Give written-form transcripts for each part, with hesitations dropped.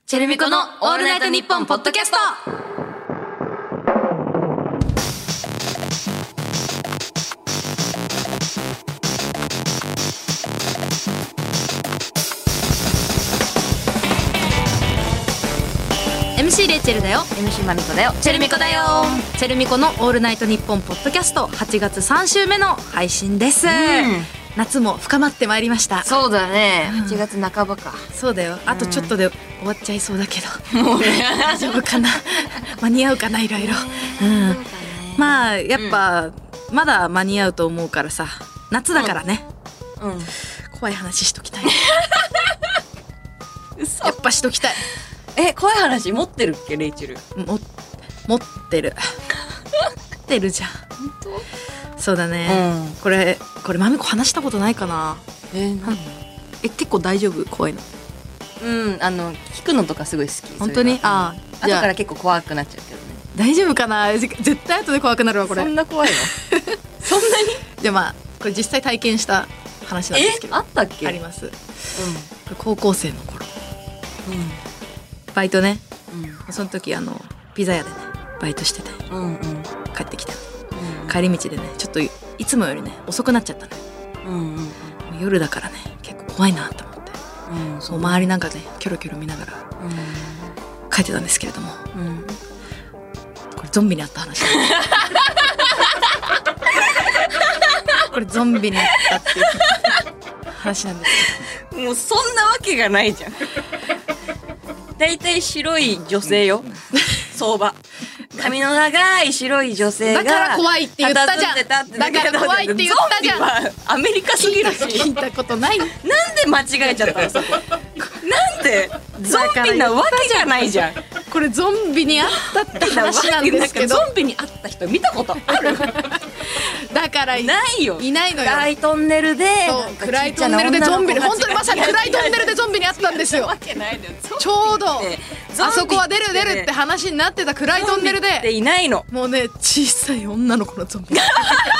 チェルミコのオールナイトニッポンポッドキャスト。MC レイチェルだよ。 MC マミコだよ。 チェルミコだよ。チェルミコのオールナイトニッポンポッドキャスト8月3週目の配信です、夏も深まってまいりました。 そうだね、8月半ばか。 そうだよ、あとちょっとで終わっちゃいそうだけど、もう大丈夫かな間に合うかな、いろいろ。まあやっぱまだ間に合うと思うからさ、夏だからね、怖い話しときたいやっぱしときたい。 怖い話持ってるっけ、レイチェル。 持ってる持ってるじゃん。 本当？ そうだね、これマミコ話したことないかな。結構大丈夫、怖いの。 聞くのとかすごい好き。 本当に？ 後から結構怖くなっちゃうけどね。 大丈夫かな。絶対後で怖くなるわこれ。 そんな怖いのそんなに。 じゃあまあこれ実際体験した話なんですけど。 あったっけ？ あります。これ高校生の頃、バイトね、その時ピザ屋でねバイトしてて、帰ってきた、帰り道でねちょっといつもよりね遅くなっちゃったのよ、夜だからね結構怖いなと思って、そう周りなんかねキョロキョロ見ながら、帰ってたんですけれども、これゾンビにあった話これゾンビにあったっていう話なんですけど、 もうそんなわけがないじゃんだいたい白い女性よ相場。髪の長い白い女性がだから怖いって言ったじゃん。だから怖いって言ったじゃん。 ゾンビはアメリカすぎるし。 聞いたことない。 なんで間違えちゃったのそこ。なんでゾンビなわけじゃないじゃん。 これゾンビにあったって話なんですけど、 ゾンビにあった人見たことあるだからないよ。 いないのよ。 暗いトンネルで、 暗いトンネルでゾンビに、本当にまさに暗いトンネルでゾンビにあったんですよ。ちょうどあそこは出るって話になってた暗いトンネルでいないの。 もうね小さい女の子のゾンビすっ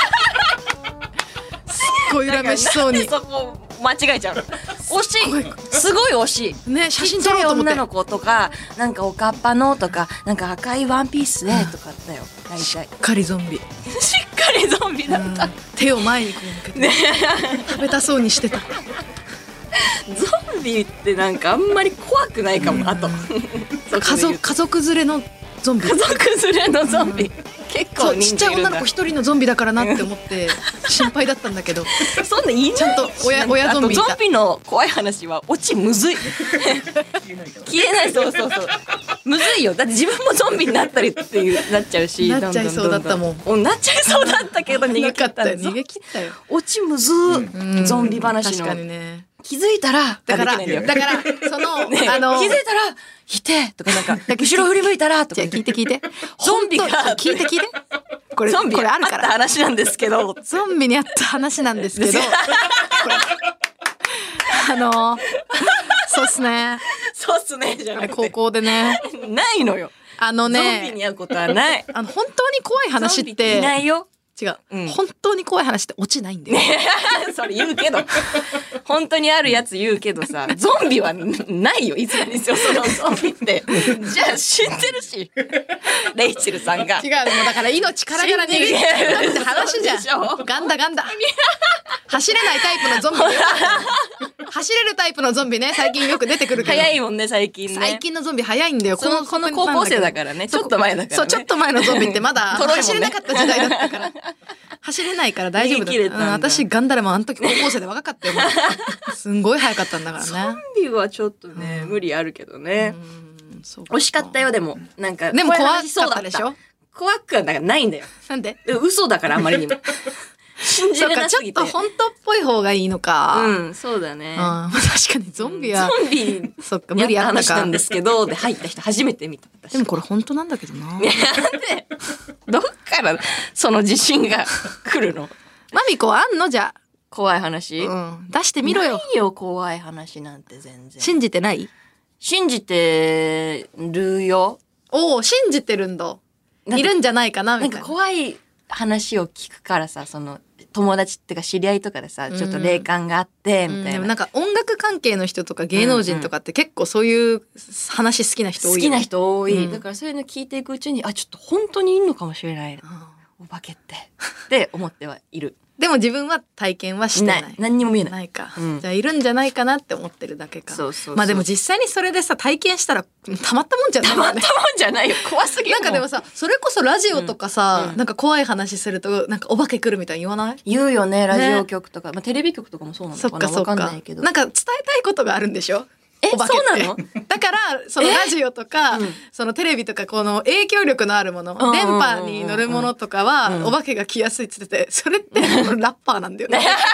ごい恨めしそうに。 そこ間違えちゃうの。惜しい、すごい惜しいね。写真撮ろうと思って、 女の子とかなんかおかっぱのとかなんか赤いワンピースでとかだよ大体。 しっかりゾンビしっかりゾンビだった、 手を前にこう向けて、食べたそうにしてた。 ゾンビってなんかあんまり怖くないかも。あと家族連れのゾンビ、 家族連れのゾンビ、結構ちっちゃい女の子一人のゾンビだからなって思って心配だったんだけどそんないない。 ちゃんと親ゾンビいた。 ゾンビの怖い話はオチむずい消えない。そうむずいよ。だって自分もゾンビになったりっていうなっちゃうし、 なっちゃいそうだったもん。 なっちゃいそうだったけど逃げ切ったんです。 逃げ切ったよ。 オチむずゾンビ話の。 確かにね。 気づいたらだからその気づいたらいてとかなんか後ろ振り向いたらとか。 聞いてゾンビが聞いてこれゾンビがああるからった話なんですけど、 ゾンビにあった話なんですけどそうっすねじゃなくて高校でねないのよ。ゾンビに会うことはない。 本当に怖い話っていないよ。 違う、本当に怖い話って落ちないんだよそれ言うけど本当にあるやつ言うけどさ、ゾンビはないよ。いつもですよそのゾンビってじゃあ死んでるしレイチェルさんが。 違う、もうだから命からがら逃げてるって話じゃん。ガンダ走れないタイプのゾンビで走れるタイプのゾンビね、最近よく出てくるけど。 早いもんね最近ね。 最近のゾンビ早いんだよ。 この高校生だからね。ちょっと前だからね。 そう、ちょっと前のゾンビってまだ走れなかった時代だったから走れないから大丈夫だ。私ガンダレもあの時高校生で若かったよすんごい早かったんだからね。 ゾンビはちょっとね無理あるけどね。惜しかったよ。でもなんかでも怖かったでしょ。 怖くはないんだよ。 なんで？ 嘘だからあまりにも信じれなすぎて。 ちょっと本当っぽい方がいいのか。 そうだね。 確かにゾンビはゾンビそっか無理あった話なんですけどで入った人初めて見た。 でもこれ本当なんだけどな。なんでどっからその自信が来るの？ マミコあんの？じゃあ怖い話、 出してみろよ。 ないよ怖い話なんて全然。 信じてない？ 信じてるよ。 信じてるんだ。いるんじゃないかなみたいな。 なんか怖い話を聞くからさ、その友達ってか知り合いとかでさ、ちょっと霊感があってみたいな、 でもなんか音楽関係の人とか芸能人とかって結構そういう話好きな人多いよね。 好きな人多い、だからそういうの聞いていくうちに、あ、ちょっと本当にいんのかもしれない、お化けってって思ってはいる。 でも自分は体験はしてない。 何にも見えない。 ないか、じゃあいるんじゃないかなって思ってるだけか。まあでも実際にそれでさ体験したらたまったもんじゃないよね。 たまったもんじゃないよ。怖すぎる。 なんかでもさ、それこそラジオとかさ、なんか怖い話するとなんかお化け来るみたいに言わない？ 言うよね、ラジオ局とか、まあテレビ局とかもそうなのかな、わかんないけど。 なんか伝えたいことがあるんでしょ？ そうなの？ だからそのラジオとか、そのテレビとかこの影響力のあるもの、電波に乗るものとかはお化けが来やすいって言ってて、それってラッパーなんだよね。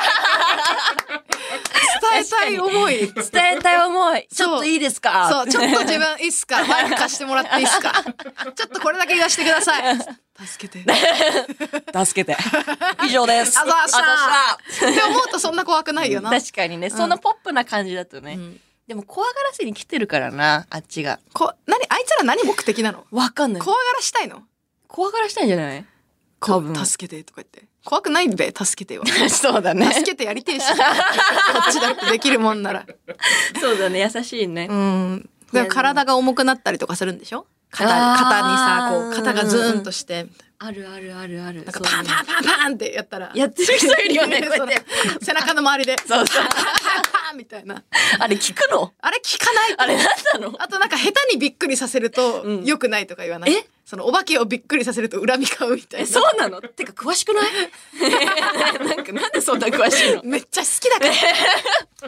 伝えたい思い。 伝えたい思い。ちょっといいですか？ そう、ちょっと自分いいっすか？マイク貸してもらっていいっすか？ちょっとこれだけ言わせてください。助けて。 助けて。以上です。 あざしたって思うとそんな怖くないよな。 確かにね、そんなポップな感じだとね。でも怖がらせに来てるからな、あっちが。 あいつら何目的なの？ わかんない。 怖がらしたいの？ 怖がらしたいんじゃない？多分。 助けてとか言って。怖くないんで助けてよ。 そうだね。 助けてやりてえし。こっちだってできるもんなら。 そうだね、優しいね。 体が重くなったりとかするんでしょ？肩にさ、こう肩がズーンとして。 あるあるあるある。 なんかパンパンパンパンってやったら。 やってる人いるよね、こうやって。 背中の周りで。 そうそう。 パンパンパンみたいな。 あれ聞くの？ あれ聞かない。 あれ何なの？あとなんか下手にびっくりさせると良くないとか言わない？そのお化けをびっくりさせると恨み買うみたいな。 そうなの？てか詳しくない？なんでそんな詳しいの？ めっちゃ好きだから。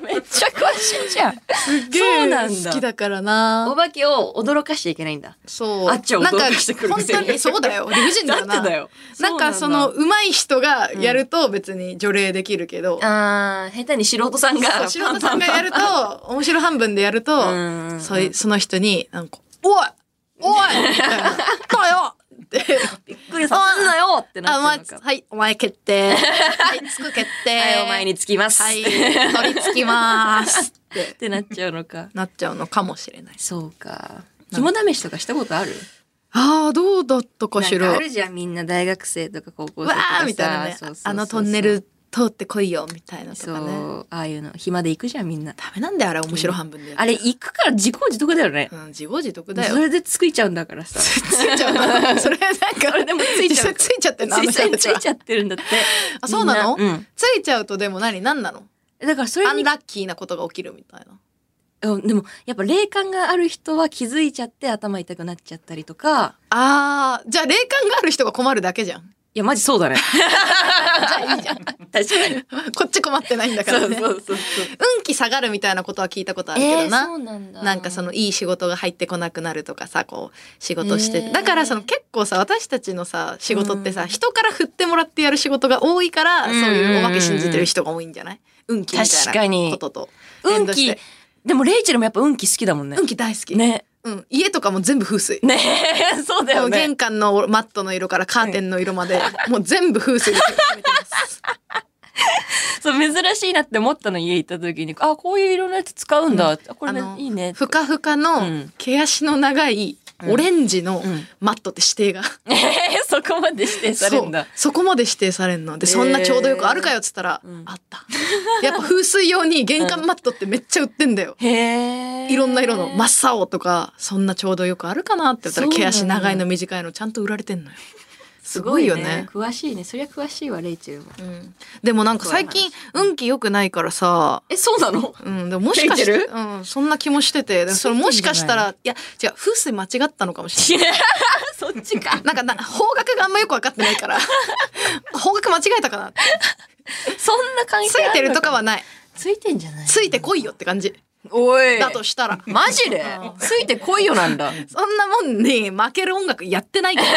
めっちゃ詳しいじゃん。 すげえ好きだからな。 お化けを驚かしちゃいけないんだ。 そう。 あっちを驚かしてくるくせに。 本当にそうだよ。理不尽だよな。 だってだよ。 なんかその上手い人がやると別に除霊できるけど。 下手に素人さんが。 素人さんがやると、面白半分でやると、その人に、なんか、おいおいみたいな。だよびっくりさせんなよってなっちゃうのか。 はい、お前決定。はい、つく決定。 はい、お前につきます。 はい、取り付きます。 ってなっちゃうのか。 なっちゃうのかもしれない。 そうか。肝試しとかしたことある？ どうだったかしら。 あるじゃん、みんな大学生とか高校生とかさ。 わーみたいなね。あのトンネル通ってこいよみたいなとかね。 そう、ああいうの暇で行くじゃんみんな。 ダメなんだよあれ、面白半分で。 あれ行くから自業自得だよね。 自業自得だよ。 それでついちゃうんだからさ。 ついちゃうの。それなんかそれでもついちゃう。 ついちゃってんの？ ついちゃってるんだって。 あ、そうなの？ついちゃうとでも何なの？ だからそれにアンラッキーなことが起きるみたいな。 でもやっぱ霊感がある人は気づいちゃって頭痛くなっちゃったりとか。 じゃあ霊感がある人が困るだけじゃん。 いやマジそうだね。 じゃあいいじゃん。確かに。こっち困ってないんだからね。 そう。 運気下がるみたいなことは聞いたことあるけどな。 そうなんだ。 なんかそのいい仕事が入ってこなくなるとかさ、こう仕事して、だからその結構さ、私たちのさ仕事ってさ、人から振ってもらってやる仕事が多いから、そういうお化け信じてる人が多いんじゃない？運気みたいなことと。 運気。でもレイチェルもやっぱ運気好きだもんね。 運気大好き。 ね。 家とかも全部風水。 ねえ、そうだよね。 玄関のマットの色からカーテンの色まで、もう全部風水で決めてます。 そう珍しいなって思ったの、家行った時に、こういう色のやつ使うんだ、これいいね。 ふかふかの毛足の長いオレンジのマットって指定が、 そこまで指定されるんだ。 そこまで指定されるので、そんなちょうどよくあるかよっつったら、あった。やっぱ風水用に玄関マットってめっちゃ売ってんだよ。いろんな色の真っ青とか、そんなちょうどよくあるかなって言ったら、毛足長いの短いのちゃんと売られてんのよ。すごいよね。 詳しいね。そりゃ詳しいわ、レイチェルも。 でもなんか最近運気良くないからさ。 そうなの？ でももしかして、そんな気もしてて、それもしかしたら、いや、違う、風水間違ったのかもしれない。 そっちか。 なんか方角があんまよく分かってないから、方角間違えたかなって。 そんな関係ついてるとかはない。 ついてんじゃない？ ついてこいよって感じ。 おい。 だとしたら。 マジで？ついてこいよなんだ。 そんなもんに負ける音楽やってないから。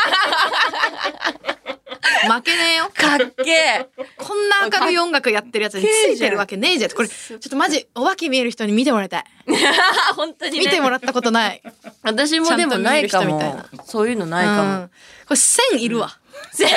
負けねえよ。 かっけえ。 こんな明るい音楽やってるやつについてるわけねえじゃん。これ、ちょっとマジ、お化け見える人に見てもらいたい。 本当にね。 見てもらったことない。 私もでもないかも。そういうのないかも。 これ線いるわ。多分。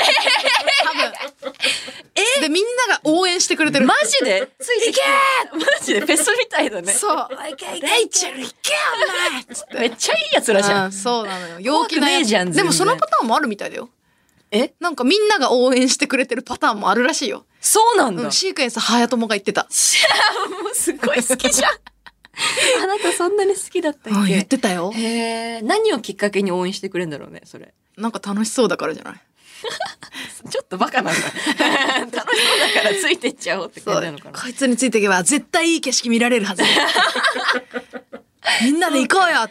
で、みんなが応援してくれてる。 マジでついてけーマジでフェスみたいだね。 そう。レイチェル行けよお前めっちゃいいやつらじゃん。 そうなのよ。陽気なやつ。 でもそのパターンもあるみたいだよ。 なんかみんなが応援してくれてるパターンもあるらしいよ。 そうなんだ。 シークエンス早友が言ってた。 もうすごい好きじゃん。あなたそんなに好きだったっけ？ 言ってたよ。 へえ。何をきっかけに応援してくれるんだろうね、それ。 なんか楽しそうだからじゃない？ ちょっとバカなんだ。楽しそうだからついてっちゃおうって感じなのかな。 こいつについていけば絶対いい景色見られるはず。みんなで行こうよって。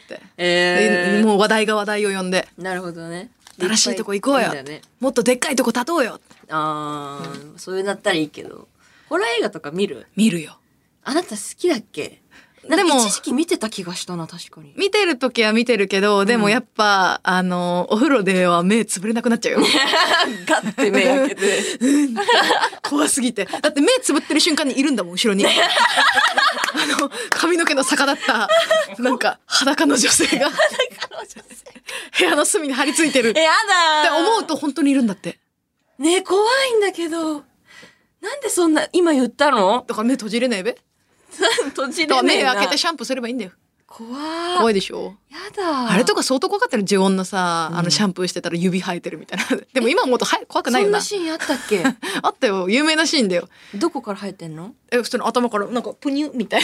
もう話題を呼んで。 なるほどね。 新しいとこ行こうよ。もっとでっかいとこ立とうよ。 そういうなったらいいけど。ホラー映画とか見る？ 見るよ。 あなた好きだっけ？でも一時期見てた気がしたな、確かに。 見てる時は見てるけど、でもやっぱ、お風呂では目つぶれなくなっちゃうよ。 ガッて目開けて。 怖すぎて。だって目つぶってる瞬間にいるんだもん、後ろに。髪の毛の逆立った、なんか裸の女性が。部屋の隅に張り付いてる。 やだって思うと本当にいるんだって。 ね、怖いんだけど。なんでそんな、今言ったの？ だから目閉じれないべ。 閉じれねえな。 目開けてシャンプーすればいいんだよ。 怖いでしょ？ やだ。 あれとか相当怖かったの、呪音のさ、シャンプーしてたら指生えてるみたいな。でも今思うと怖くないよな。 そんなシーンあったっけ？ あったよ、有名なシーンだよ。 どこから生えてんの？ 普通の頭からなんかプニュみたいな。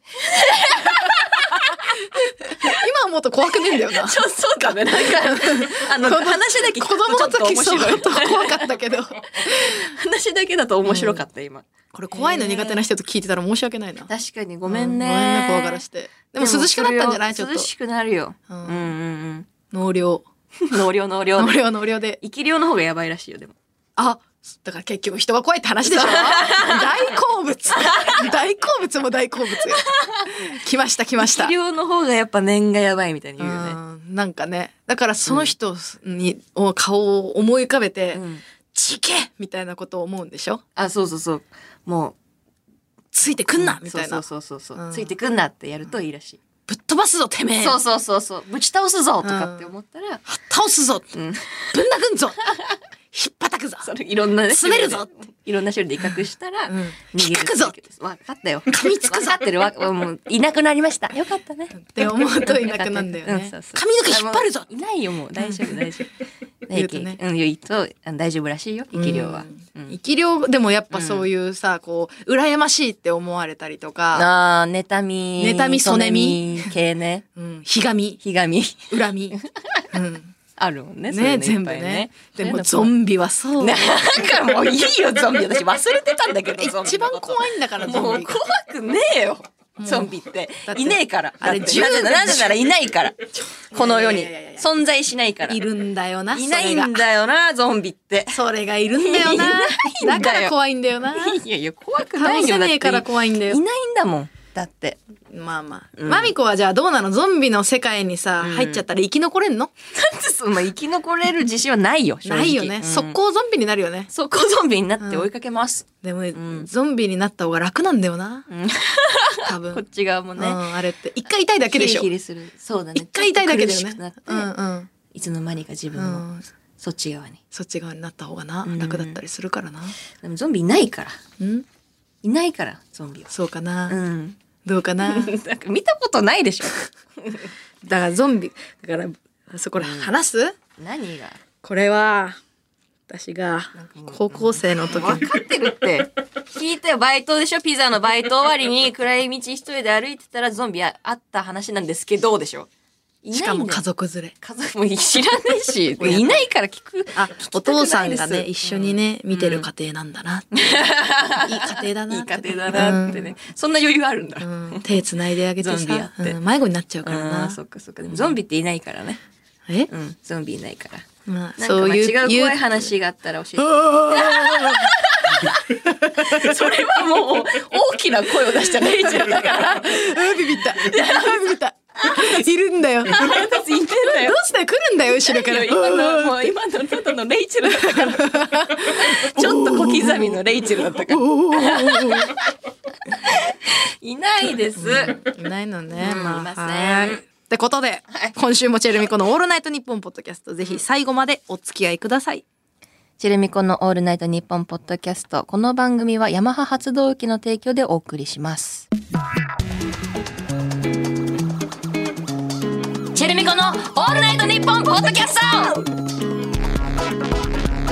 今思うと怖くねえんだよな。 そうだね。なんか話だけ聞くと子供の時ちょっと面白い。 怖かったけど。 話だけだと面白かった、今。 これ怖いの苦手な人と聞いてたら申し訳ないな。 確かにごめんね。 ごめんね、怖がらして。でも涼しくなったんじゃない？ちょっと。 涼しくなるよ。 納涼。 納涼で。 生き量の方がやばいらしいよ、でも。 あ、だから結局人が怖いって話でしょ。大好物。大好物も大好物よ。来ました。生き量の方がやっぱ念がやばいみたいに言うよね。 なんかね。だからその人に、顔を思い浮かべて、ちけみたいなことを思うんでしょ？ あ、そう。もう、 ついてくんなみたいな。 そう。ついてくんなってやるといいらしい。 ぶっ飛ばすぞてめえ。 そう。ぶち倒すぞとかって思ったら、 倒すぞ。ぶん殴んぞ。引っ叩くぞ。 いろんなね。 詰めるぞ。 いろんな種類で威嚇したら、 引っかくぞ。 わかったよ。 噛みつくぞ。 わかってるわ。もう、いなくなりました。よかったね。 って思うといなくなんだよね。髪の毛引っ張るぞ。 いないよ、もう。大丈夫。言うとね。言うと、大丈夫らしいよ、生き量は。 生き量でもやっぱそういうさ、こう、羨ましいって思われたりとか。 妬み、 そねみ系ね。 ひがみ。 恨み。あるもんね。 ね、全部ね。でもゾンビはそう。 なんかもういいよ、ゾンビ。私忘れてたんだけど、 一番怖いんだから、ゾンビ。 もう怖くねえよ。ゾンビって。いねえから。 あれ、 なぜならいないから。この世に。存在しないから。 いるんだよな。 いないんだよな、ゾンビって。 それがいるんだよな。だから怖いんだよな。 いや、怖くないよ。 倒せねえから怖いんだよ。 いないんだもん。だって。 まあ。マミコはじゃあどうなの？ゾンビの世界にさ、入っちゃったら生き残れんの？ なんでそんな生き残れる自信はないよ。 ないよね。速攻ゾンビになるよね。 速攻ゾンビになって追いかけます。 でもゾンビになった方が楽なんだよな。多分。 こっち側もね。 あれって一回痛いだけでしょ。 そうだね。 一回痛いだけだよね。 いつの間にか自分もそっち側になった方がな、楽だったりするからな。 でもゾンビいないから。いないからゾンビは。 そうかな。どうかな。 なんか見たことないでしょ。 だからゾンビだからそこで話す？ 何が？ これは私が高校生の時。 分かってるって。聞いたよ、バイトでしょ。ピザのバイト終わりに暗い道一人で歩いてたらゾンビあった話なんですけどでしょ。 しかも家族連れ。 家族も知らないし、いないから聞く。 お父さんがね、一緒にね、見てる家庭なんだな。いい家庭だな。 いい家庭だなってね。そんな余裕あるんだ。 手繋いであげてさ、迷子になっちゃうからな。 そっか。ゾンビっていないからね。ゾンビいないから。 まあ、 そういう違う怖い話があったら教えて。それはもう大きな声を出したレイチェルだから。 ビビった。いるんだよ。どうして来るんだよ、後ろから。 今のただのレイチェルだったから。ちょっと小刻みのレイチェルだったから。いないです。 いないのね。 いません。 ってことで、今週もチェルミコのオールナイトニッポンポッドキャスト、ぜひ最後までお付き合いください。 チェルミコのオールナイトニッポンポッドキャスト、この番組はヤマハ発動機の提供でお送りします。チェルミコのオールナイトニッポンポッドキャスト。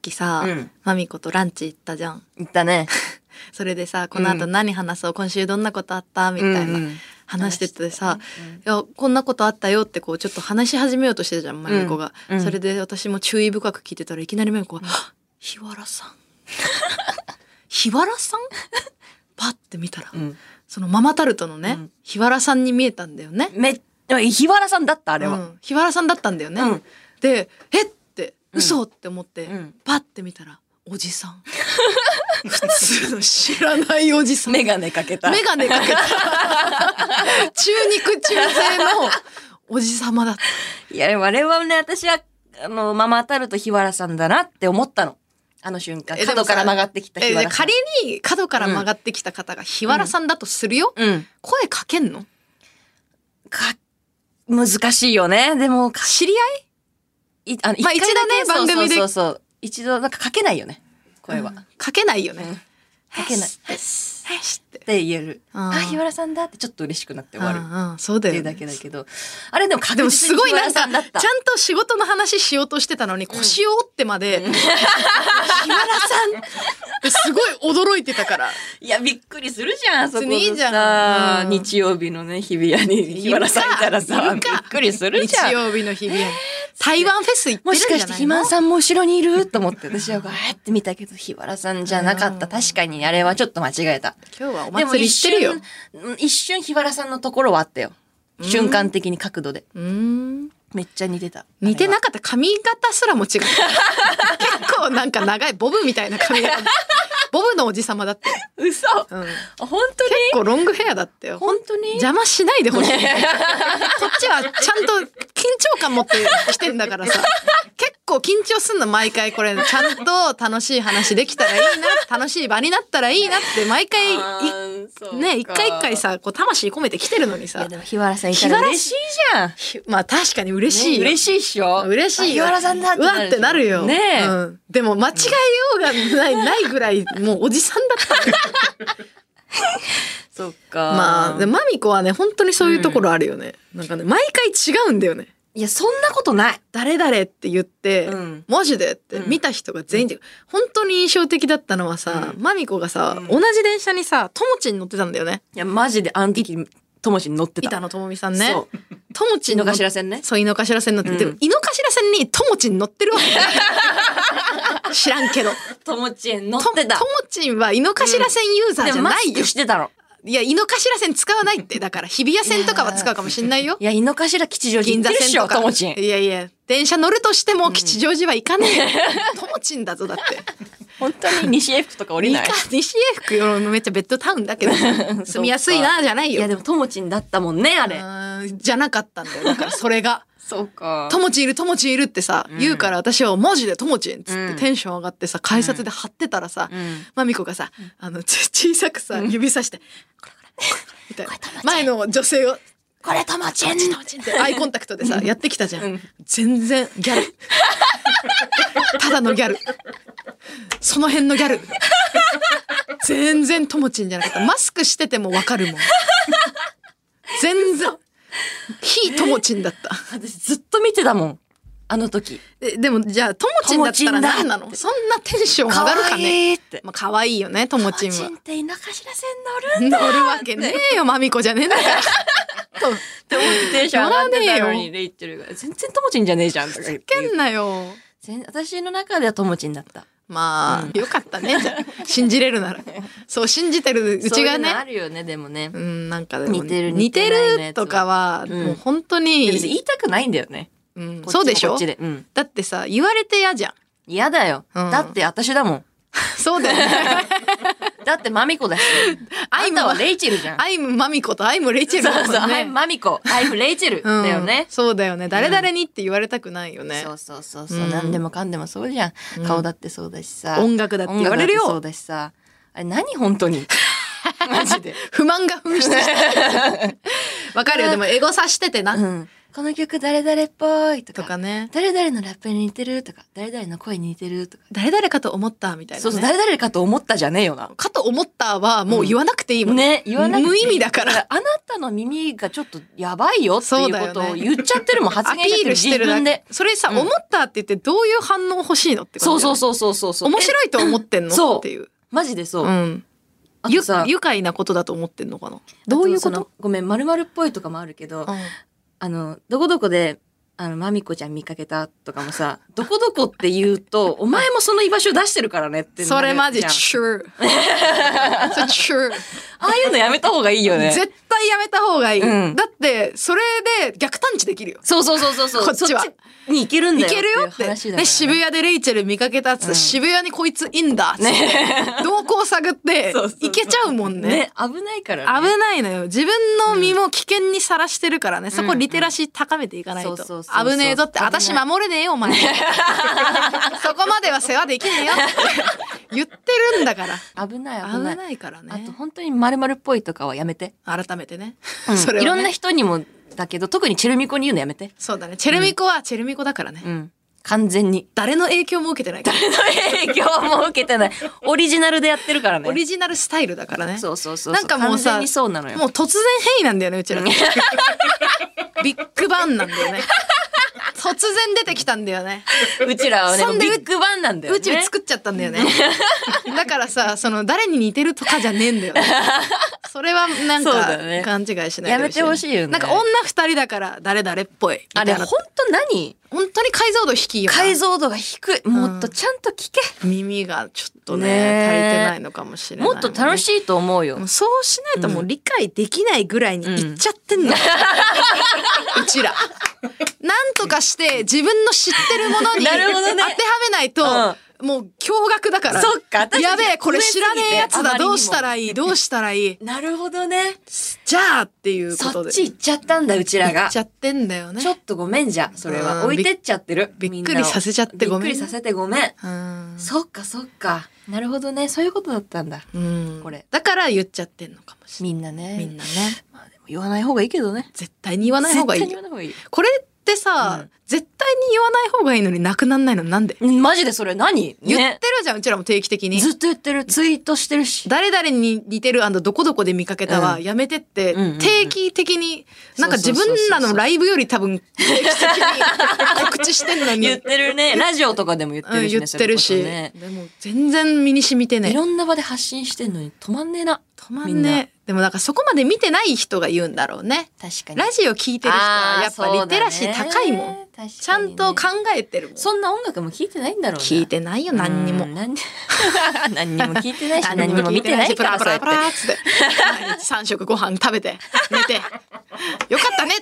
きさ、 うんマミコとランチ行ったじゃん。 言ったね。 それでさ、この後何話そう、今週どんなことあったみたいな話しててさ、いやこんなことあったよってこうちょっと話し始めようとしてたじゃん、マミコが、それで私も注意深く聞いてたらいきなりマミコが「日原さん日原さん?」パッて見たら、そのママタルトのね、日原さんに見えたんだよね。 日原さんだったあれは、 日原さんだったんだよね、でえって嘘って思って、パッて見たらおじさん普通の知らないおじさん、 メガネかけた中肉中背のおじさまだった。 いやあれはね、私はママタルト日原さんだなって思ったの、あの瞬間。角から曲がってきた日原さん。 仮に角から曲がってきた方が日原さんだとするよ、声かけんの？ 難しいよね。でも知り合い一度ね、番組でそう一度なんかかけないよね、声は、 かけないよね、 かけないって言える。日原さんだってちょっと嬉しくなって終わる、 そうだよね、 っていうだけだけど、あれでも確でも実すごいに日原なんかさんだった。 ちゃんと仕事の話しようとしてたのに腰を折ってまで、日原さんってすごい驚いてたから。 いやびっくりするじゃん、そこいいじゃさ、 ん、 日曜日のね日比谷に日原さんいたらさびっくりするじゃん。 日曜日の日比谷台湾フェス行ってるもんじゃないの？ しかして肥満さんも後ろにいると思って私はガーって見たけど日原さんじゃなかった。確かにあれはちょっと間違えた。 今日はお祭り行ってるよ。 一瞬日原さんのところはあったよ、瞬間的に角度で。めっちゃ似てた。 似てなかった。髪型すらも違った結構なんか長いボブみたいな髪型ボブのおじさまだって。 嘘、本当に結構ロングヘアだったよ。 本当に邪魔しないでほしいこっちはちゃんと緊張感持ってきてんだからさ結構緊張すんの毎回。これちゃんと楽しい話できたらいいな、楽しい場になったらいいなって毎回ね、一回一回さこう魂込めてきてるのにさ。 でも日原さんいたら嬉しいじゃん。 まあ確かに嬉しいよ、 嬉しいっしょ。 嬉しいよ。 日原さんだってうわってなるよ。 ねえ、 でも間違えようがないぐらいもうおじさんだったそっか。 まあでマミコはね本当にそういうところあるよね、なんかね毎回違うんだよね。 いやそんなことない。 誰々って言って、マジでって見た人が全員で、本当に印象的だったのはさ、マミコがさ、同じ電車にさともちん乗ってたんだよね。 いやマジであの時ともちん乗ってた。 板野友美さんね。 そうともちん井の頭線ね。 そう井の頭線乗ってて、でも井の頭線にともちん乗ってるわけ知らんけどともちん乗ってた。 ともちんは井の頭線ユーザーじゃないよ。 でもマスクしてたの。 いや井の頭線使わないって。だから日比谷線とかは使うかもしんないよ。 いや井の頭吉祥寺行ってるっしょともちん。 いやいや電車乗るとしても吉祥寺は行かねえよともちんだぞだって。 本当に西英福とか降りない。 西英福よめっちゃベッドタウンだけど住みやすいなじゃないよ。 いやでもともちんだったもんねあれ。 じゃなかったんだよ。だからそれがそうか。 ともちんいるともちんいるってさ、言うから私はマジでともちんっつってテンション上がってさ改札で貼ってたらさ、マミコがさ小さくさ指さしてこれみたいな前の女性をこれともちんってアイコンタクトでさやってきたじゃん。全然ギャルただのギャル、その辺のギャル全然ともちんじゃなかった。マスクしててもわかるもん全然非ともちんだった。 私ずっと見てたもんあの時。 でもじゃあともちんだったら何なの？そんなテンション上がるかね。まあ可愛いよねともちんは。 ともちんって井の頭線乗るんだ乗るわけねえよマミコじゃねえんだからって思ってテンション上がってたのにレイチェルが全然ともちんじゃねえじゃんとか言って。 けんなよ。 私の中ではともちんだった。 まあ、よかったねじゃあ信じれるならそう信じてるうちがね。 そういうのあるよねでもね。 なんかでも似てる似てるとかはもう本当に言いたくないんだよね。 そうでしょ。 こっちでだってさ言われて嫌じゃん。 嫌だよ。だって私だもん。 そうだよねだってマミコだし。あんたはレイチェルじゃん。 アイムマミコとアイムレイチェルだもんね。 そうアイムマミコ、アイムレイチェルだよね。 そうだよね。誰々にって言われたくないよね。 そう何でもかんでもそうじゃん。顔だってそうだしさ。 音楽だって言われるよ。 そうだしさ。あれ何本当に。マジで。 不満が噴出して。わかるよ。でもエゴさしててな。 この曲誰々っぽいとか。 とかね。 誰々のラップに似てるとか、誰々の声に似てるとか。 誰々かと思ったみたいな、ね。 そうそう、誰々かと思ったじゃねえよな。 かと思ったはもう言わなくていいもんね。言わなくていい。 無意味だから。 あなたの耳がちょっとやばいよっていうことを言っちゃってるもん、発言してる自分で。 それさ、思ったって言ってどういう反応欲しいのって感じ。 そう。 面白いと思ってんのっていう。 マジでそう。 愉快なことだと思ってんのかな。どういうこと？ ごめん、〇〇っぽいとかもあるけど、どこどこで、まみこちゃん見かけたとかもさ、どこどこって言うと、お前もその居場所出してるからねってなるじゃん。 それマジ true。true。 ああいうのやめた方がいいよね。 絶対やめた方がいい。だって、それで逆探知できるよ。 そう。こっちは。 に行けるんだよ。 行けるよって。ね、渋谷でレイチェル見かけたっつって、渋谷にこいついんだっつって。動向探って、行けちゃうもんね。 ね、危ないからね。危ないのよ。自分の身も危険にさらしてるからね。そこリテラシー高めていかないと。危ねえぞって、私守れねえよ、お前。そこまでは世話できねえよって言ってるんだから。 危ないからね。 あと本当に〇〇っぽいとかはやめて。 改めてね。 いろんな人にもだけど、特にチェルミコに言うのやめて。 そうだね。チェルミコはチェルミコだからね。 完全に。 誰の影響も受けてないから。 誰の影響も受けてない。オリジナルでやってるからね。 オリジナルスタイルだからね。 そう。 なんかもうさ、 完全にそうなのよ。 もう突然変異なんだよね、うちら。ビッグバンなんだよね。突然出てきたんだよね。 うちらはね、ビッグバンなんだよね。 宇宙作っちゃったんだよね。だからさ、誰に似てるとかじゃねえんだよね。それはなんか勘違いしないでほしい。 やめてほしいよね。 なんか女二人だから誰々っぽい。 あれ本当何？ 本当に解像度低いよ。 解像度が低い。もっとちゃんと聞け。 耳がちょっとね、足りてないのかもしれない。 もっと楽しいと思うよ。 そうしないともう理解できないぐらいにいっちゃってんの。うちら。なんとかして自分の知ってるものに当てはめないと、もう驚愕だから。 そっか。 やべえ、これ知らねえやつだ。どうしたらいいなるほどね。 じゃあっていうことで。 そっち行っちゃったんだ、うちらが。 行っちゃってんだよね。 ちょっとごめんじゃ、それは。置いてっちゃってる。 びっくりさせちゃってごめん。 びっくりさせてごめん。そっか。なるほどね。そういうことだったんだ。これ。 だから言っちゃってんのかもしれない。 みんなね。まあでも言わない方がいいけどね。 絶対に言わない方がいい。 絶対に言わない方がいい。 これってさ、絶対に言わない方がいいのになくなんないのなんで？ マジでそれ何？ 言ってるじゃん、うちらも定期的に。 ずっと言ってる。ツイートしてるし。 誰々に似てるどこどこで見かけたはやめてって、定期的に、なんか自分らのライブより多分定期的に告知してんのに。 言ってるね。ラジオとかでも言ってるしね。 言ってるし。でも全然身に染みてね。 いろんな場で発信してんのに止まんねえな。 止まんねえ。でもなんかそこまで見てない人が言うんだろうね。 確かに。 ラジオ聞いてる人はやっぱリテラシー高いもん。ちゃんと考えてるもん。 そんな音楽も聞いてないんだろうね。 聞いてないよ、何にも。 何にも聞いてないし、何にも見てないから、 プラプラっつって。3食ご飯食べて、寝て。よかったね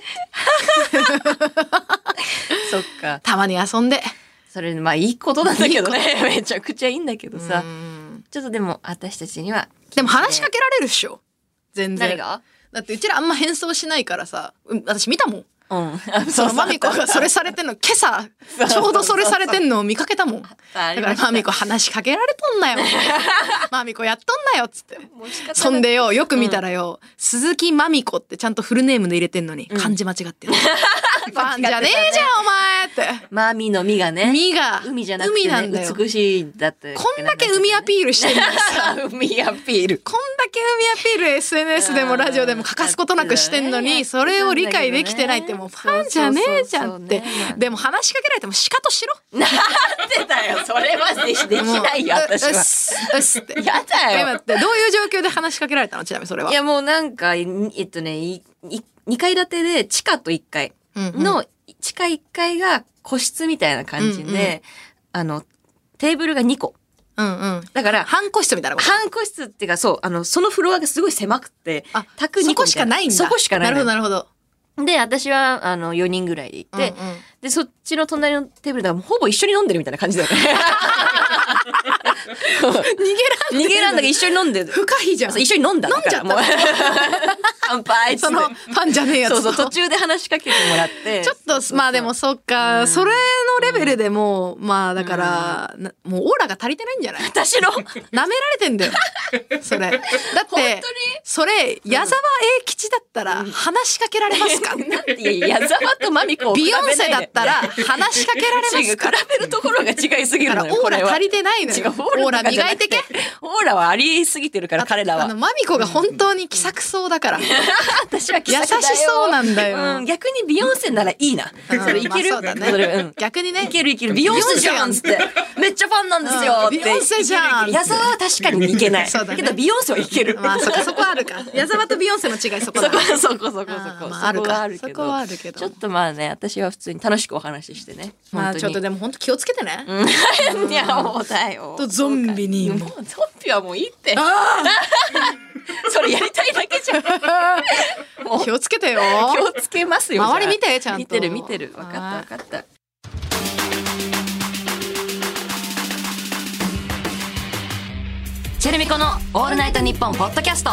そっか。 たまに遊んで。 それ、まあいいことなんだけどね。めちゃくちゃいいんだけどさ。ちょっとでも、私たちには。 でも話しかけられるっしょ。全然。 誰が？ だってうちらあんま変装しないからさ、私見たもん。 そのマミコがそれされてんの、今朝、ちょうどそれされてんのを見かけたもん。だからマミコ話しかけられとんなよ。マミコやっとんなよっつって。そんでよく見たらよ、鈴木マミコってちゃんとフルネームで入れてんのに、漢字間違ってる。ファンじゃねえじゃんお前って。 マミのミがね。 ミが。 海じゃなくてね、美しいだって。 こんだけ海アピールしてるのにさ。 海アピール。 こんだけ海アピール SNS でもラジオでも欠かすことなくしてんのに、それを理解できてないってもうファンじゃねえじゃんって。でも話しかけられてもシカトしろ。 なんでだよ、それはできないよ、私は。やだよ。 今ってどういう状況で話しかけられたの？ちなみにそれは。 いやもうなんか、2階建てで地下と1階の、地下1階が個室みたいな感じで、テーブルが2個。だから、 半個室みたいなこと。 半個室っていうか、そう、そのフロアがすごい狭くて、 卓2個みたいな。そこしかないんだ。 そこしかない。 なるほど、なるほど。 で、私は、4人ぐらいでいて、で、そっちの隣のテーブルだからほぼ一緒に飲んでるみたいな感じだよね。逃げらんだけど一緒に飲んでる。 不可避じゃん。 一緒に飲んだ。 飲んじゃった。 乾ぱいっつってそのファンじゃねえやつとそうそう、途中で話しかけてもらってちょっとまあでもそっか、それのレベルでもまあだから、もうオーラが足りてないんじゃない？ 私の舐められてんだよそれだってそれ矢沢永吉だったら話しかけられますか？ なんて矢沢とマミコを比べないでビヨンセだったら話しかけられますか？ 比べるところが違いすぎるのよ。 オーラ足りてないのよ。 違う、 オーラ磨いてけ。 オーラはありすぎてるから彼らは。 マミコが本当に気さくそうだから。 私は気さくだよ。 優しそうなんだよ。 逆にビヨンセならいいな。それいける？ そうだね。逆にね。 いけるいける。ビヨンセじゃんっつって。めっちゃファンなんですよって。 ビヨンセじゃん。 矢沢は確かにいけない。 そうだね。 けどビヨンセはいける。 まあそこあるか。矢沢とビヨンセの違いそこだ。 そこ。 あるか。そこはあるけど。 ちょっとまあね、私は普通に楽しくお話ししてね。 まあちょっとでも本当気をつけてね。 いやもうだよ。 とゾンビにも。 ゾンビはもういいって。それやりたいだけじゃん。 もう気をつけてよ。 気をつけますよ。 周り見てちゃんと。 見てる。分かった。チェルミコのオールナイトニッポンポッドキャスト。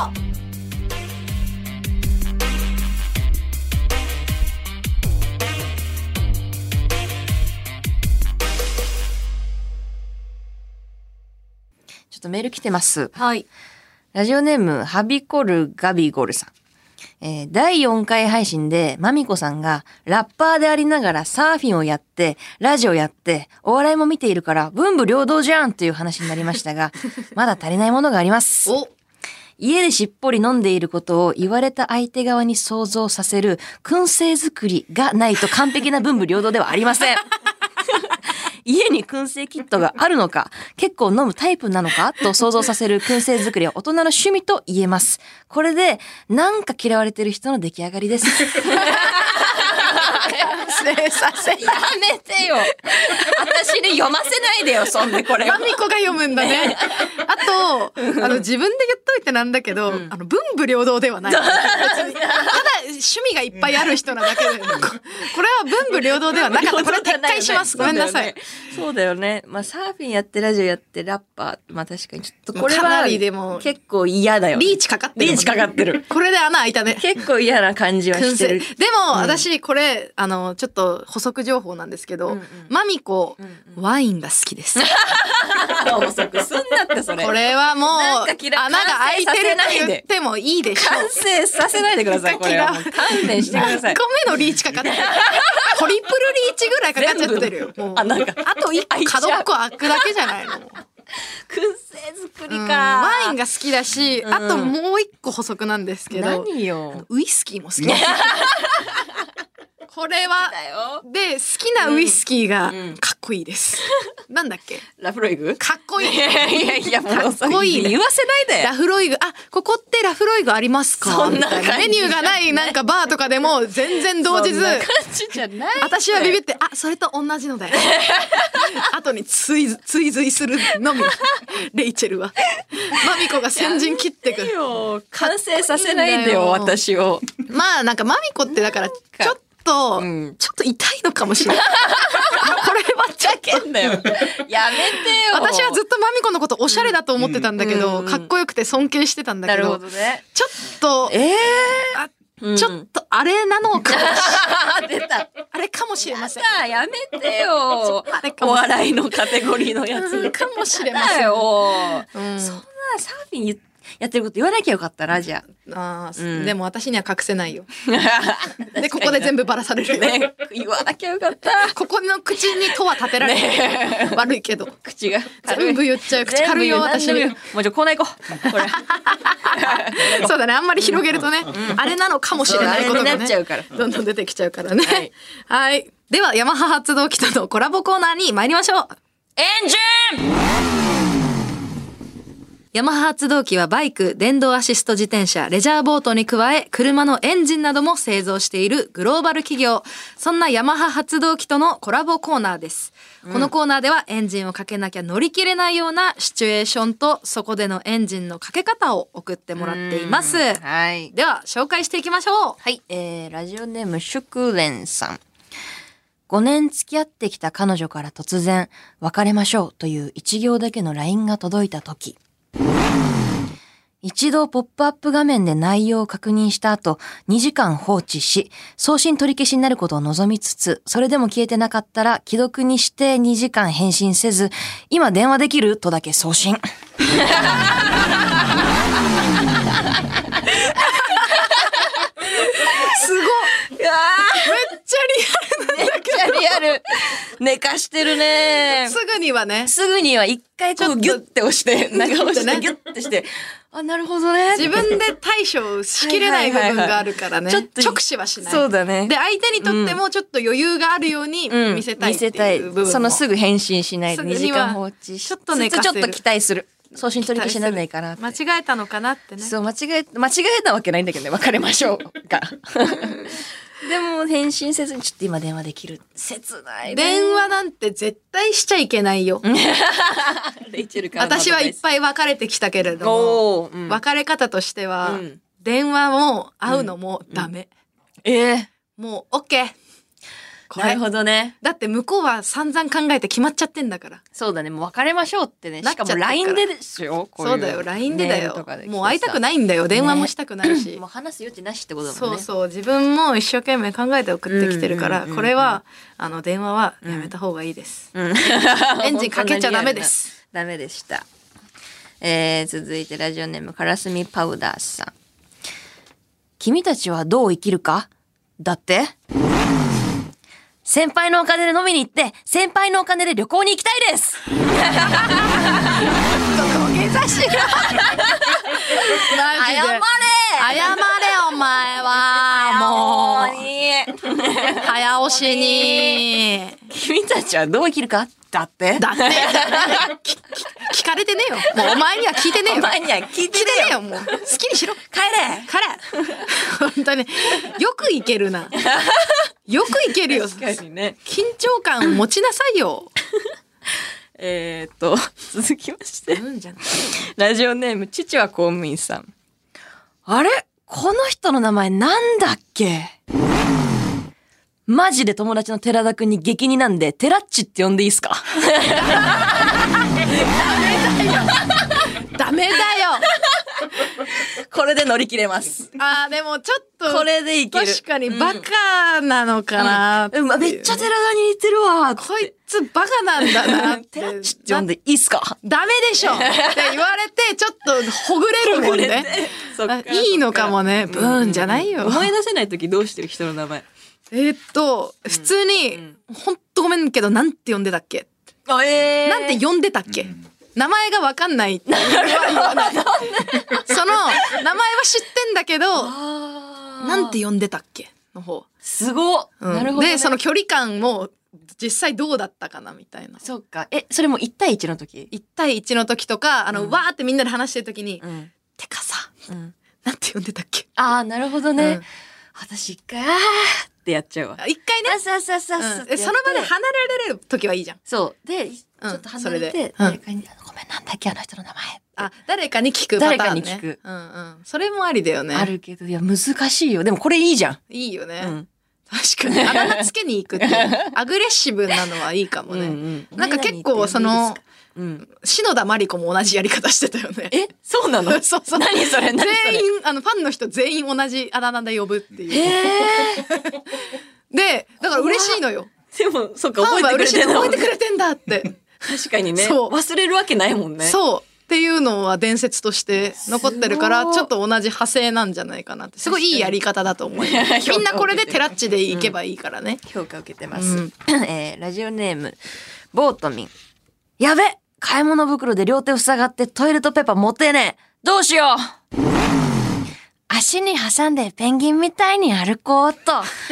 ちょっとメール来てます。 はい。 ラジオネームハビコルガビゴルさん。第4回配信でマミコさんがラッパーでありながらサーフィンをやってラジオやってお笑いも見ているから文武両道じゃんという話になりましたがまだ足りないものがあります。家でしっぽり飲んでいることを言われた相手側に想像させる燻製作りがないと完璧な文武両道ではありません。家に燻製キットがあるのか、結構飲むタイプなのかと想像させる燻製作りは大人の趣味と言えます。これでなんか嫌われてる人の出来上がりです。 させやめてよ。私に読ませないでよ、そんでこれ。 マミコが読むんだね。あと、自分で言っといてなんだけど、文武両道ではない。ただ趣味がいっぱいある人なだけで、これは文武両道ではなかった。これは撤回します。ごめんなさい。 そうだよね。まあサーフィンやってラジオやってラッパー、まあ確かにちょっとこれはかなりでも結構嫌だよ。 リーチかかってる。 リーチかかってる。 これで穴開いたね。 結構嫌な感じはしてる。 でも、私これちょっと補足情報なんですけど、マミコ、ワインが好きです。 補足すんなってそれ。 これはもう穴が開いてると言ってもいいでしょう。 完成させないでください。これはもう勘弁してください。 1個目のリーチかかってる。トリプルリーチぐらいかかっちゃってるよ。もうあと1個角っこ開くだけじゃないの。 燻製作りか。 ワインが好きだし、あともう一個補足なんですけど、 何よ。 ウイスキーも好きです。これはで好きなウイスキーがかっこいいです。なんだっけ？ ラフロイグ？ かっこいい。 いやもうかっこいいね。 言わせないで。 ラフロイグ、ここってラフロイグありますか？ そんなメニューがないなんかバーとかでも全然動じず、私はビビってそれと同じのだよ。後に追随するのみ。レイチェルはマミコが先陣切ってくる。 完成させないでよ私を。 まあなんかマミコってだからちょっと痛いのかもしれない。これはちょっとんだよ。やめてよ。 私はずっとマミコのことおしゃれだと思ってたんだけど、かっこよくて尊敬してたんだけど、ちょっとちょっとあれなのかも出た。 あれかもしれません。 やめてよ。お笑いのカテゴリーのやつかもしれません。 そんなサーフィンやってること言わなきゃよかったな、じゃあ。でも私には隠せないよ。で、ここで全部バラされるね。言わなきゃよかった。 ここの口にとは立てられない。悪いけど。 口が。 全部言っちゃう。口軽いよ、私。 もうコーナー行こう。これ。 そうだね。あんまり広げるとね、あれなのかもしれないことがね、どんどん出てきちゃうからね。はい。では、ヤマハ発動機とのコラボコーナーに参りましょう。 エンジン！ ヤマハ発動機はバイク、電動アシスト自転車、レジャーボートに加え、車のエンジンなども製造しているグローバル企業。そんなヤマハ発動機とのコラボコーナーです。このコーナーではエンジンをかけなきゃ乗り切れないようなシチュエーションと、そこでのエンジンのかけ方を送ってもらっています。 はい。 では、紹介していきましょう。 はい。ラジオネームシュクレンさん。5年付き合ってきた彼女から突然、別れましょうという1行だけの LINE が届いた時。 一度ポップアップ画面で内容を確認した後、2時間放置し、送信取り消しになることを望みつつ、それでも消えてなかったら既読にして2時間返信せず、今電話できるとだけ送信。 すごい。めっちゃリアルなんだけど。 めっちゃリアル。寝かしてるね。 すぐにはね。 すぐには一回こうギュッて押して、長押してギュッてして、あ、なるほどね。 自分で対処しきれない部分があるからね。ちょっと直視はしない。 そうだね。 で、相手にとってもちょっと余裕があるように見せたいっていう部分も。 そのすぐ返信しないで2時間放置し、ちょっと寝かせる。ちょっと期待する。送信取り消しにならないかなって。 間違えたのかなってね。 そう、間違えたわけないんだけどね、別れましょうが。でも返信せずにちょっと今電話できる。切ないね。 電話なんて絶対しちゃいけないよ。 レイチェルから私はいっぱい別れてきたけれども、別れ方としては、電話も会うのもダメ。もう OK。 なるほどね。 だって向こうは散々考えて決まっちゃってんだから。 そうだね。もう別れましょうってね。しかも LINE でですよ。 そうだよ。LINE でだよ。もう会いたくないんだよ。電話もしたくないし。 もう話す余地なしってことだもんね。 そうそう。自分も一生懸命考えて送ってきてるから、これは、電話はやめた方がいいです。エンジンかけちゃダメです。 ダメでした。続いてラジオネームカラスミパウダーさん。君たちはどう生きるか？だって先輩のお金で飲みに行って、先輩のお金で旅行に行きたいです。 土下座しろ。 謝れお前は。もう。早押しに。 君たちはどう生きるか？だって聞かれてねえよ。もうお前には聞いてねえよ。 お前には聞いてねえよ。 もう好きにしろ。 帰れ本当に。よくいけるな。よくいけるよ。 確かにね。 緊張感を持ちなさいよ。 続きまして。ラジオネーム、父は公務員さん。あれ？この人の名前なんだっけ？マジで友達の寺田くんに激似なんで、テラッチって呼んでいいっすか？ ダメだよ。 これで乗り切れます。 でもちょっと。 これでいける。 確かにバカなのかな、 めっちゃ寺田に似てるわ。 こいつバカなんだなって。 テラッチって呼んでいいっすか？ ダメでしょって言われて、ちょっとほぐれるもんね。いいのかもね。ブーンじゃないよ。 思い出せないときどうしてる人の名前？ 普通に、ほんとごめんけど、なんて呼んでたっけ？なんて呼んでたっけ？名前がわかんないって言わない。その、名前は知ってんだけど、なんて呼んでたっけの方。 すごっ、なるほど、ね。 で、その距離感も、実際どうだったかなみたいな。 そっか。それも1対1の時 ?1 対1の時とか、わーってみんなで話してる時に、てかさ、なんて呼んでたっけ？ なるほどね。私一回、ってやっちゃうわ。 一回ね。 その場で離れられる時はいいじゃん。 そう。で、ちょっと離れて、誰かに、ごめん、なんだっけ、あの人の名前。 誰かに聞くパターンね。 誰かに聞く。 それもありだよね。 あるけど、いや、難しいよ。でもこれいいじゃん。 いいよね。確かに。あだ名つけに行くって、アグレッシブなのはいいかもね。なんか結構、篠田麻里子も同じやり方してたよね。 そうなの？ そうそう。 何それ？ 全員、ファンの人全員同じあだ名で呼ぶっていう。で、だから嬉しいのよ。 でも、そっか、覚えてくれてんだって。 確かにね。忘れるわけないもんね。 そう。っていうのは伝説として残ってるから、ちょっと同じ派生なんじゃないかなって。すごいいいやり方だと思います。みんなこれでテラッチでいけばいいからね。 評価受けてます。ラジオネーム、ボートミン。やべ！買い物袋で両手塞がってトイレットペーパー持てねえ！どうしよう！足に挟んでペンギンみたいに歩こうと。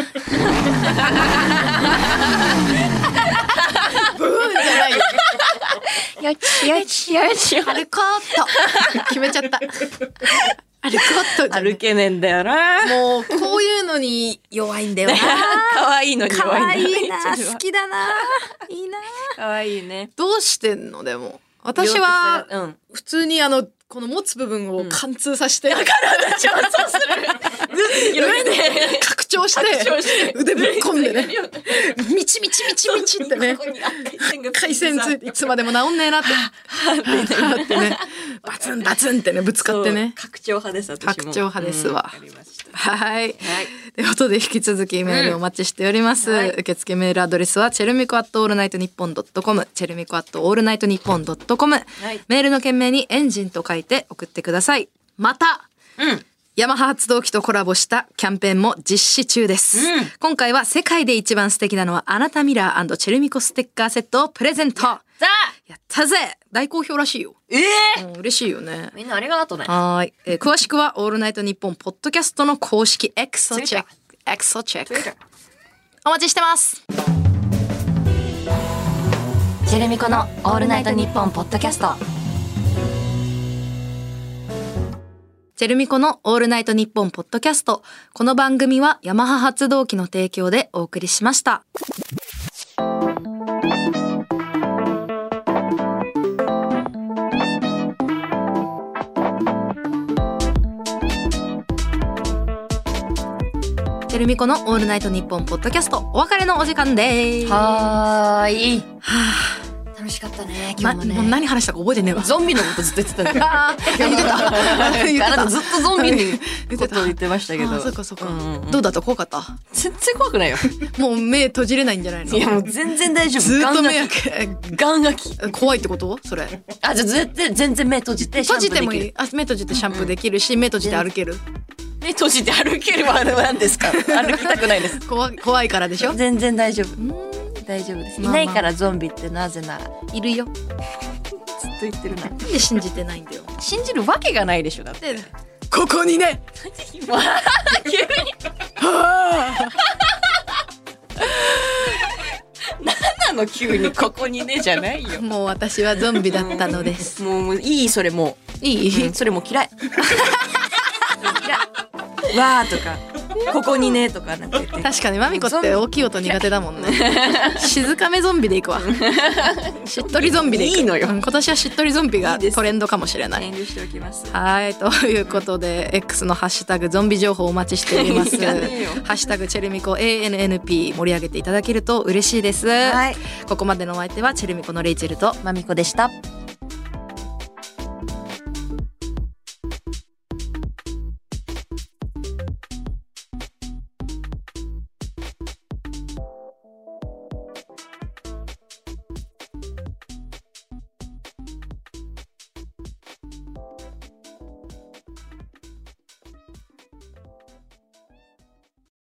ブーンじゃないよ。 よちよちよち。 歩こうと。決めちゃった。歩こうと。 歩けねえんだよな。 もう、こういうのに弱いんだよな。 可愛いのに弱いんだよ。 可愛いな。好きだな。いいな。 可愛いね。 どうしてんのでも。私は、普通にこの持つ部分を貫通させて、 だからそうする。 上で拡張して腕ぶっ込んでね、みちみちみちみちってね、回線ついていつまでも治んねえなって、ってね、 バツンバツンってねぶつかってね。 拡張派です。私も拡張派ですわ。 わかりました。 はい。 はい。 ということで引き続きメールお待ちしております。 はい受付メールアドレスはチェルミコ@allnightnippon.com、チェルミコ@allnightnippon.com、 いメールの件名にエンジンと書いて送ってください。また、ヤマハ発動機とコラボしたキャンペーンも実施中です、今回は世界で一番素敵なのはあなたミラー&チェルミコステッカーセットをプレゼント。 さあ、 やったぜ。大好評らしいよ。嬉しいよね。 みんなありがとうね。 はい、詳しくはオールナイトニッポンポッドキャストの公式 X をチェック。X をチェック。お待ちしてます。 チェルミコのオールナイトニッポンポッドキャスト。 チェルミコのオールナイトニッポンポッドキャスト。この番組はヤマハ発動機の提供でお送りしました。チェルミコのオールナイトニッポンポッドキャスト、お別れのお時間です。 はーい。楽しかったね。今日もね。 もう何話したか覚えてねえわ。 ゾンビのことずっと言ってたんだよ。 言ってた。 あなたずっとゾンビのことを言ってましたけど。 そうかそうか。どうだった？怖かった？ 全然怖くないよ。 もう目閉じれないんじゃないの？ いやもう全然大丈夫。 ずっと目開け。 ガンガキ。 怖いってことそれ？ あ、じゃあ全然目閉じてシャンプーできる。閉じてもいい。あ、 目閉じてシャンプーできるし、目閉じて歩ける。 目閉じて歩けるは何ですか？歩きたくないです。 怖いからでしょ？ 全然大丈夫。大丈夫です。いないからゾンビってなぜならいるよ。ずっと言ってるな。 なんで信じてないんだよ。 信じるわけがないでしょだって。 ここにね。 急に。何なの急にここにねじゃないよ。 もう私はゾンビだったのです。 もういいそれもういい、 それもう嫌い。わーとかここにねとかなんか言って。 確かにマミコって大きい音苦手だもんね。静かめゾンビでいくわ。しっとりゾンビでいく。 いいのよ。 今年はしっとりゾンビがトレンドかもしれない。 遠慮しておきます。 はい、ということで X のハッシュタグゾンビ情報お待ちしております。ハッシュタグチェルミコ ANNP 盛り上げていただけると嬉しいです。はい、ここまでのお相手はチェルミコのレイチェルとマミコでした。